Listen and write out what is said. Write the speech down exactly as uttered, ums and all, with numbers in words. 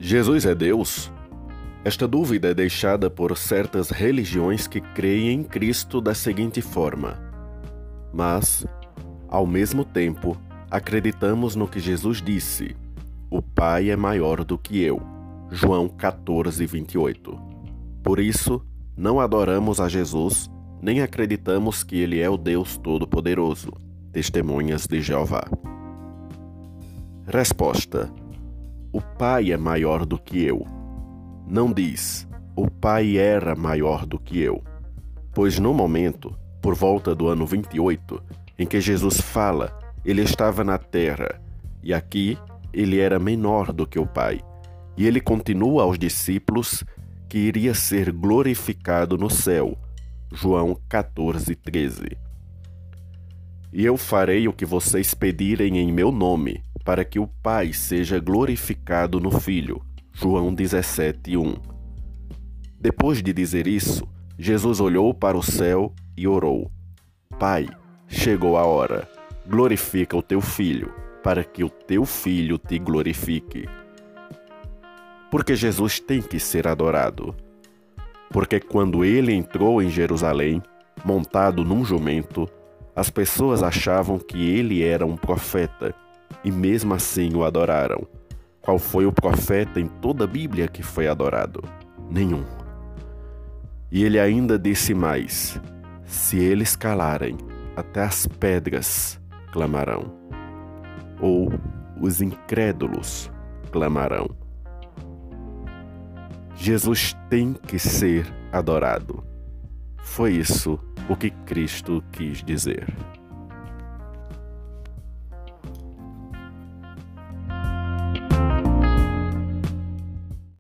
Jesus é Deus? Esta dúvida é deixada por certas religiões que creem em Cristo da seguinte forma: mas, ao mesmo tempo, acreditamos no que Jesus disse: o Pai é maior do que eu. João quatorze, vinte e oito. Por isso, não adoramos a Jesus, nem acreditamos que Ele é o Deus Todo-Poderoso. Testemunhas de Jeová. Resposta: o Pai é maior do que eu. Não diz, o Pai era maior do que eu. Pois no momento, por volta do ano vinte e oito, em que Jesus fala, ele estava na terra, e aqui ele era menor do que o Pai. E ele continua aos discípulos que iria ser glorificado no céu. João quatorze, treze. E eu farei o que vocês pedirem em meu nome, para que o Pai seja glorificado no Filho. João dezessete, um. Depois de dizer isso, Jesus olhou para o céu e orou: Pai, chegou a hora. Glorifica o teu Filho, para que o teu Filho te glorifique. Porque Jesus tem que ser adorado. Porque quando ele entrou em Jerusalém, montado num jumento, as pessoas achavam que ele era um profeta, e mesmo assim o adoraram. Qual foi o profeta em toda a Bíblia que foi adorado? Nenhum. E ele ainda disse mais: se eles calarem, até as pedras clamarão. Ou os incrédulos clamarão. Jesus tem que ser adorado. Foi isso o que Cristo quis dizer.